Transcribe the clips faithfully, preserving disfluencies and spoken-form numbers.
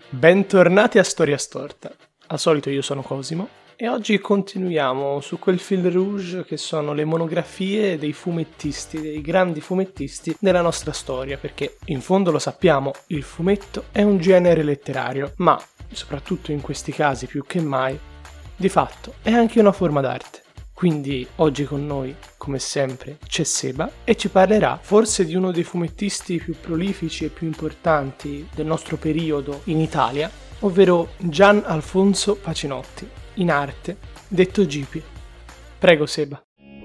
Bentornati a Storia Storta. Al solito io sono Cosimo e oggi continuiamo su quel fil rouge che sono le monografie dei fumettisti, dei grandi fumettisti della nostra storia, perché in fondo lo sappiamo, il fumetto è un genere letterario, ma soprattutto in questi casi più che mai, di fatto è anche una forma d'arte. Quindi oggi con noi, come sempre, c'è Seba e ci parlerà forse di uno dei fumettisti più prolifici e più importanti del nostro periodo in Italia, ovvero Gian Alfonso Pacinotti, in arte, detto Gipi. Prego Seba.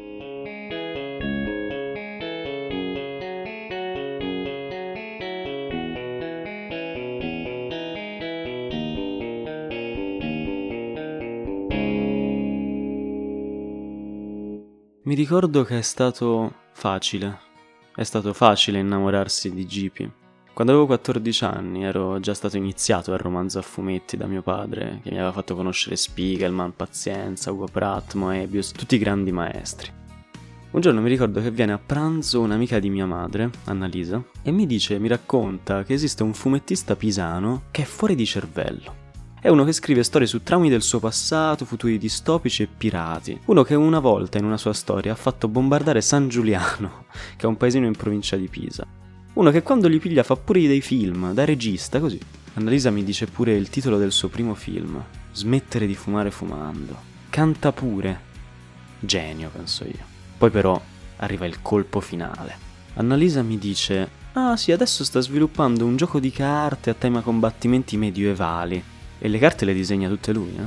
Mi ricordo che è stato facile, è stato facile innamorarsi di Gipi. Quando avevo quattordici anni ero già stato iniziato al romanzo a fumetti da mio padre, che mi aveva fatto conoscere Spiegelman, Pazienza, Ugo Pratt, Moebius, tutti i grandi maestri. Un giorno mi ricordo che viene a pranzo un'amica di mia madre, Annalisa, e mi dice, mi racconta che esiste un fumettista pisano che è fuori di cervello. È uno che scrive storie su traumi del suo passato, futuri distopici e pirati. Uno che una volta in una sua storia ha fatto bombardare San Giuliano, che è un paesino in provincia di Pisa. Uno che quando li piglia fa pure dei film, da regista, così. Annalisa mi dice pure il titolo del suo primo film, Smettere di fumare fumando. Canta pure. Genio, penso io. Poi però arriva il colpo finale. Annalisa mi dice, ah sì, adesso sta sviluppando un gioco di carte a tema combattimenti medievali. E le carte le disegna tutte lui, eh?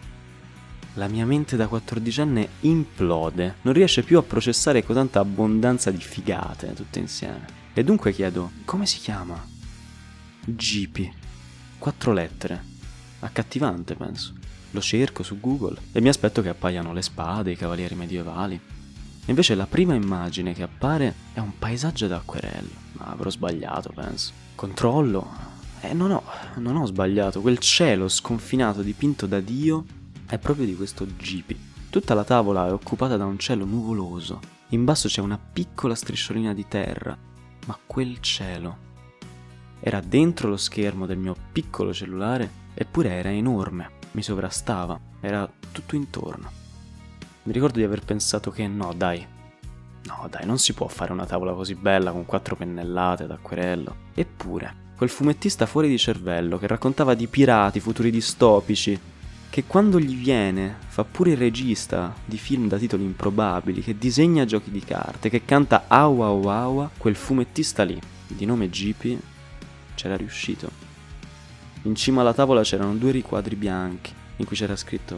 La mia mente da quattordicenne implode, non riesce più a processare con tanta abbondanza di figate tutte insieme. E dunque chiedo, come si chiama? Gipi. Quattro lettere. Accattivante, penso. Lo cerco su Google e mi aspetto che appaiano le spade, i cavalieri medievali. E invece la prima immagine che appare è un paesaggio d'acquerello. Ma avrò sbagliato, penso. Controllo... Eh, non ho, non ho sbagliato, quel cielo sconfinato dipinto da Dio è proprio di questo Gipi. Tutta la tavola è occupata da un cielo nuvoloso, in basso c'è una piccola strisciolina di terra, ma quel cielo era dentro lo schermo del mio piccolo cellulare, eppure era enorme, mi sovrastava, era tutto intorno. Mi ricordo di aver pensato che no, dai, no dai, non si può fare una tavola così bella con quattro pennellate d'acquerello, eppure... quel fumettista fuori di cervello che raccontava di pirati, futuri distopici, che quando gli viene fa pure il regista di film da titoli improbabili, che disegna giochi di carte, che canta aua aua aua, quel fumettista lì, di nome Gipi, c'era riuscito. In cima alla tavola c'erano due riquadri bianchi in cui c'era scritto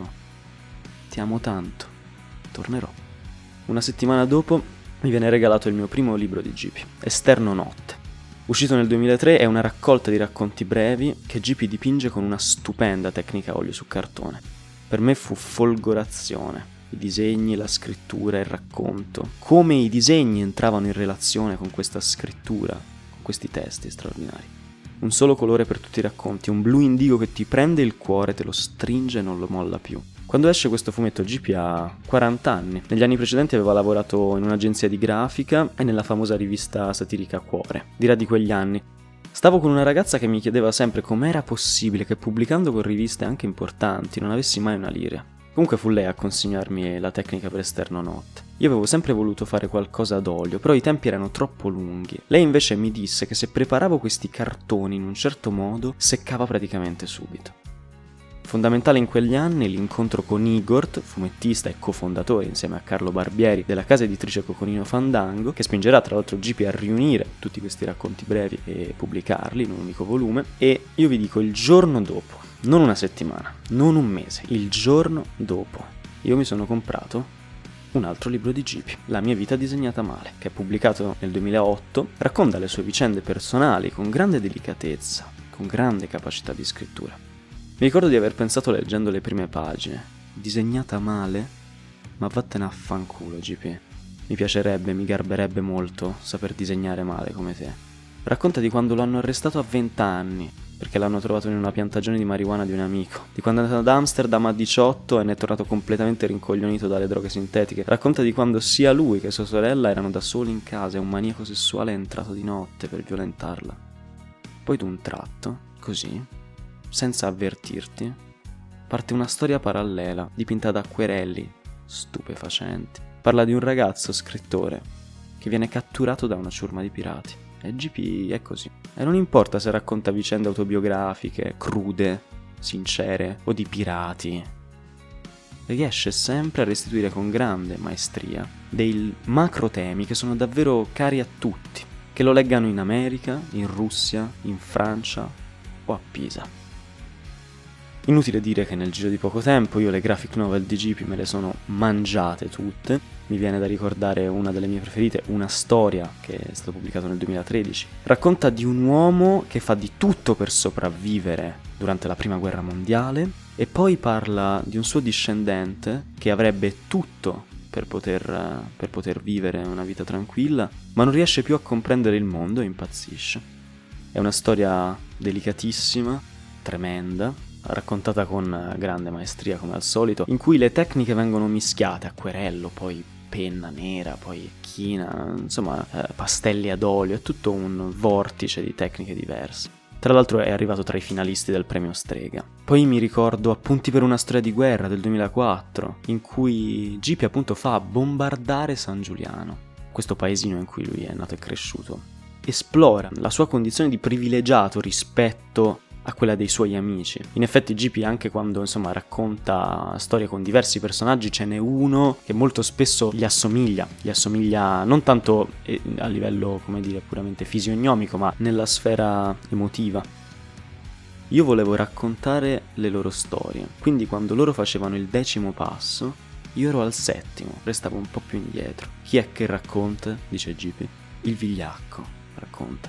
ti amo tanto, tornerò. Una settimana dopo mi viene regalato il mio primo libro di Gipi, Esterno Notte. Uscito nel duemilatré, è una raccolta di racconti brevi che Gipi dipinge con una stupenda tecnica a olio su cartone. Per me fu folgorazione. I disegni, la scrittura, il racconto. Come i disegni entravano in relazione con questa scrittura, con questi testi straordinari. Un solo colore per tutti i racconti, un blu indigo che ti prende il cuore, te lo stringe e non lo molla più. Quando esce questo fumetto Gipi ha quaranta anni. Negli anni precedenti aveva lavorato in un'agenzia di grafica e nella famosa rivista satirica Cuore. Dirà di quegli anni. Stavo con una ragazza che mi chiedeva sempre com'era possibile che pubblicando con riviste anche importanti non avessi mai una lira. Comunque fu lei a consegnarmi la tecnica per Esterno Notte. Io avevo sempre voluto fare qualcosa ad olio, però i tempi erano troppo lunghi. Lei invece mi disse che se preparavo questi cartoni in un certo modo, seccava praticamente subito. Fondamentale in quegli anni l'incontro con Igor, fumettista e cofondatore insieme a Carlo Barbieri della casa editrice Coconino Fandango, che spingerà tra l'altro Gipi a riunire tutti questi racconti brevi e pubblicarli in un unico volume. E io vi dico, il giorno dopo, non una settimana, non un mese, il giorno dopo, io mi sono comprato un altro libro di Gipi, La mia vita disegnata male, che è pubblicato nel duemilaotto, racconta le sue vicende personali con grande delicatezza, con grande capacità di scrittura. Mi ricordo di aver pensato leggendo le prime pagine, disegnata male? Ma vattene a fanculo, Gipi. Mi piacerebbe, mi garberebbe molto saper disegnare male come te. Racconta di quando lo hanno arrestato a vent'anni, perché l'hanno trovato in una piantagione di marijuana di un amico. Di quando è andato ad Amsterdam a diciotto e ne è tornato completamente rincoglionito dalle droghe sintetiche. Racconta di quando sia lui che sua sorella erano da soli in casa e un maniaco sessuale è entrato di notte per violentarla. Poi d'un tratto, così, senza avvertirti, parte una storia parallela, dipinta ad acquerelli, stupefacenti. Parla di un ragazzo scrittore che viene catturato da una ciurma di pirati. E G P è così. E non importa se racconta vicende autobiografiche, crude, sincere o di pirati, riesce sempre a restituire con grande maestria dei macro temi che sono davvero cari a tutti, che lo leggano in America, in Russia, in Francia o a Pisa. Inutile dire che nel giro di poco tempo io le graphic novel di G P me le sono mangiate tutte. Mi viene da ricordare una delle mie preferite, Una storia, che è stato pubblicato nel duemilatredici. Racconta di un uomo che fa di tutto per sopravvivere durante la prima guerra mondiale e poi parla di un suo discendente che avrebbe tutto per poter, per poter vivere una vita tranquilla, ma non riesce più a comprendere il mondo e impazzisce. È una storia delicatissima, tremenda, raccontata con grande maestria come al solito, in cui le tecniche vengono mischiate, acquerello, poi penna nera, poi china, insomma eh, pastelli ad olio, è tutto un vortice di tecniche diverse. Tra l'altro è arrivato tra i finalisti del premio Strega. Poi mi ricordo Appunti per una storia di guerra del duemilaquattro, in cui G P appunto fa bombardare San Giuliano, questo paesino in cui lui è nato e cresciuto. Esplora la sua condizione di privilegiato rispetto a quella dei suoi amici. In effetti G P, anche quando insomma racconta storie con diversi personaggi, ce n'è uno che molto spesso gli assomiglia, gli assomiglia non tanto a livello, come dire, puramente fisionomico, ma nella sfera emotiva. Io volevo raccontare le loro storie, quindi quando loro facevano il decimo passo, io ero al settimo, restavo un po' più indietro. Chi è che racconta? Dice G P. Il vigliacco racconta.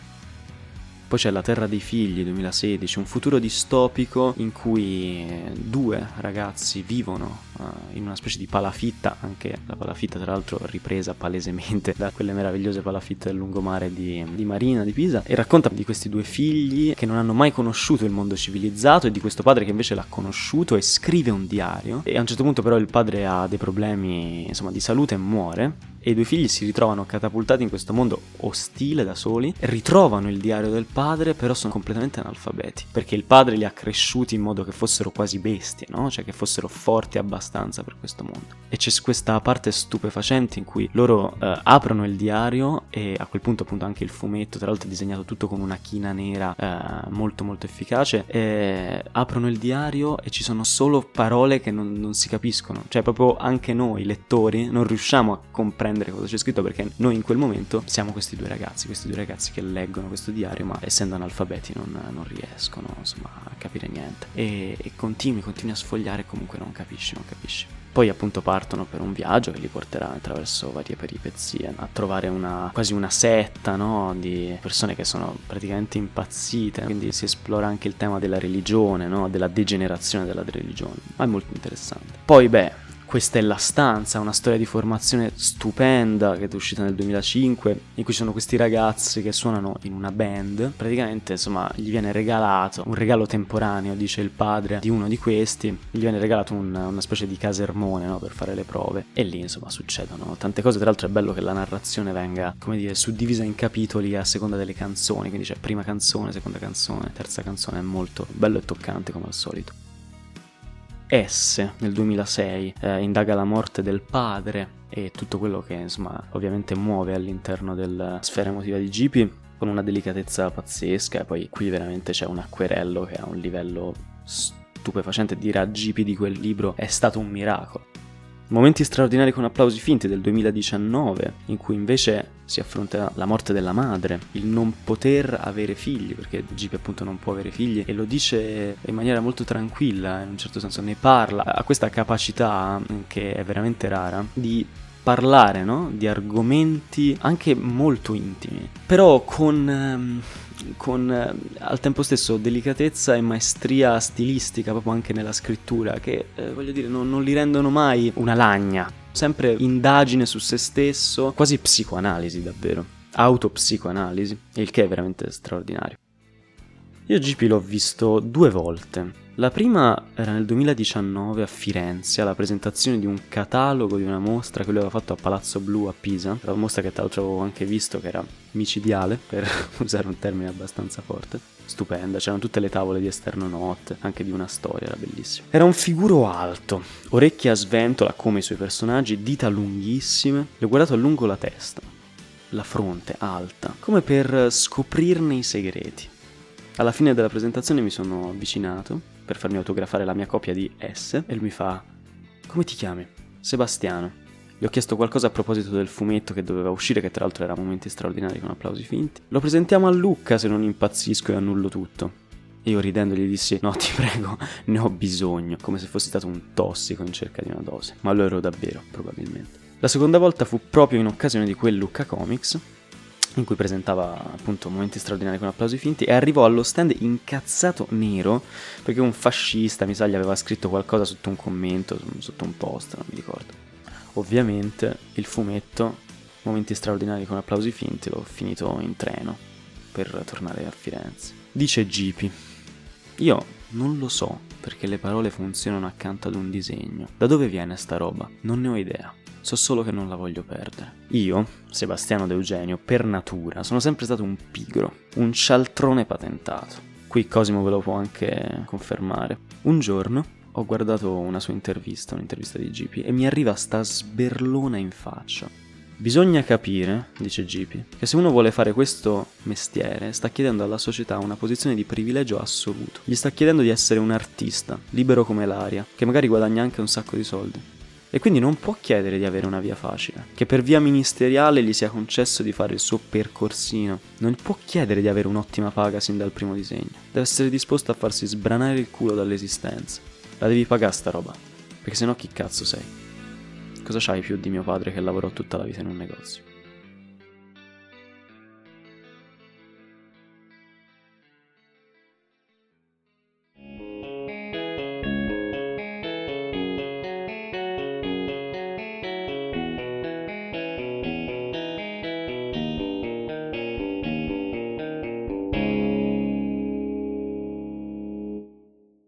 Poi c'è La terra dei figli, duemilasedici, un futuro distopico in cui due ragazzi vivono uh, in una specie di palafitta, anche la palafitta tra l'altro ripresa palesemente da quelle meravigliose palafitte del lungomare di, di Marina, di Pisa, e racconta di questi due figli che non hanno mai conosciuto il mondo civilizzato e di questo padre che invece l'ha conosciuto e scrive un diario, e a un certo punto però il padre ha dei problemi, insomma, di salute e muore. E i due figli si ritrovano catapultati in questo mondo ostile da soli, ritrovano il diario del padre, però sono completamente analfabeti, perché il padre li ha cresciuti in modo che fossero quasi bestie, no? Cioè che fossero forti abbastanza per questo mondo. E c'è questa parte stupefacente in cui loro eh, aprono il diario e a quel punto appunto anche il fumetto, tra l'altro è disegnato tutto con una china nera eh, molto molto efficace, e aprono il diario e ci sono solo parole che non, non si capiscono, cioè proprio anche noi lettori non riusciamo a comprendere cosa c'è scritto, perché noi in quel momento siamo questi due ragazzi, questi due ragazzi che leggono questo diario, ma essendo analfabeti non, non riescono insomma a capire niente, e, e continui, continui a sfogliare e comunque non capisci, non capisci. Poi appunto partono per un viaggio che li porterà attraverso varie peripezie a trovare una quasi una setta, no? Di persone che sono praticamente impazzite, quindi si esplora anche il tema della religione, no? Della degenerazione della religione, ma è molto interessante. Poi beh, Questa è la stanza, una storia di formazione stupenda che è uscita nel duemilacinque, in cui ci sono questi ragazzi che suonano in una band. Praticamente, insomma, gli viene regalato un regalo temporaneo, dice il padre di uno di questi, gli viene regalato un, una specie di casermone, no, per fare le prove, e lì insomma succedono tante cose. Tra l'altro è bello che la narrazione venga, come dire, suddivisa in capitoli a seconda delle canzoni, quindi c'è prima canzone, seconda canzone, terza canzone. È molto bello e toccante come al solito. S nel duemilasei eh, indaga la morte del padre e tutto quello che insomma ovviamente muove all'interno della sfera emotiva di G P, con una delicatezza pazzesca. E poi qui veramente c'è un acquerello che ha un livello stupefacente. Dirà G P di quel libro: è stato un miracolo. Momenti straordinari con applausi finti del duemiladiciannove, in cui invece si affronta la morte della madre, il non poter avere figli, perché G P appunto non può avere figli, e lo dice in maniera molto tranquilla, in un certo senso ne parla, ha questa capacità che è veramente rara di parlare, no? Di argomenti anche molto intimi, però con... con eh, al tempo stesso delicatezza e maestria stilistica proprio anche nella scrittura, che eh, voglio dire non, non li rendono mai una lagna, sempre indagine su se stesso, quasi psicoanalisi, davvero autopsicoanalisi, il che è veramente straordinario. Io G P l'ho visto due volte. La prima era nel duemiladiciannove a Firenze, alla presentazione di un catalogo di una mostra che lui aveva fatto a Palazzo Blu a Pisa. Era una mostra che tra l'altro avevo anche visto, che era micidiale, per usare un termine abbastanza forte. Stupenda, c'erano tutte le tavole di esterno notte, anche di una storia, era bellissimo. Era un figuro alto, orecchie a sventola come i suoi personaggi, dita lunghissime. Gli ho guardato a lungo la testa, la fronte alta, come per scoprirne i segreti. Alla fine della presentazione mi sono avvicinato per farmi autografare la mia copia di S e lui mi fa: come ti chiami? Sebastiano. Gli ho chiesto qualcosa a proposito del fumetto che doveva uscire, che tra l'altro era Momenti straordinari con applausi finti. Lo presentiamo a Lucca se non impazzisco e annullo tutto. E io ridendo gli dissi: no, ti prego, ne ho bisogno, come se fossi stato un tossico in cerca di una dose. Ma lo ero davvero, probabilmente. La seconda volta fu proprio in occasione di quel Lucca Comics, in cui presentava appunto Momenti straordinari con applausi finti, e arrivò allo stand incazzato nero perché un fascista, mi sa, gli aveva scritto qualcosa sotto un commento, sotto un post, non mi ricordo. Ovviamente il fumetto Momenti straordinari con applausi finti l'ho finito in treno per tornare a Firenze. Dice Gipi: io non lo so perché le parole funzionano accanto ad un disegno. Da dove viene sta roba? Non ne ho idea. So solo che non la voglio perdere. Io, Sebastiano D'Eugenio, per natura, sono sempre stato un pigro, un cialtrone patentato. Qui Cosimo ve lo può anche confermare. Un giorno ho guardato una sua intervista, un'intervista di Gipi, e mi arriva sta sberlona in faccia. Bisogna capire, dice Gipi, che se uno vuole fare questo mestiere sta chiedendo alla società una posizione di privilegio assoluto. Gli sta chiedendo di essere un artista, libero come l'aria, che magari guadagna anche un sacco di soldi. E quindi non può chiedere di avere una via facile, che per via ministeriale gli sia concesso di fare il suo percorsino. Non può chiedere di avere un'ottima paga sin dal primo disegno. Deve essere disposto a farsi sbranare il culo dall'esistenza. La devi pagare sta roba, perché sennò chi cazzo sei? Cosa c'hai più di mio padre che lavorò tutta la vita in un negozio?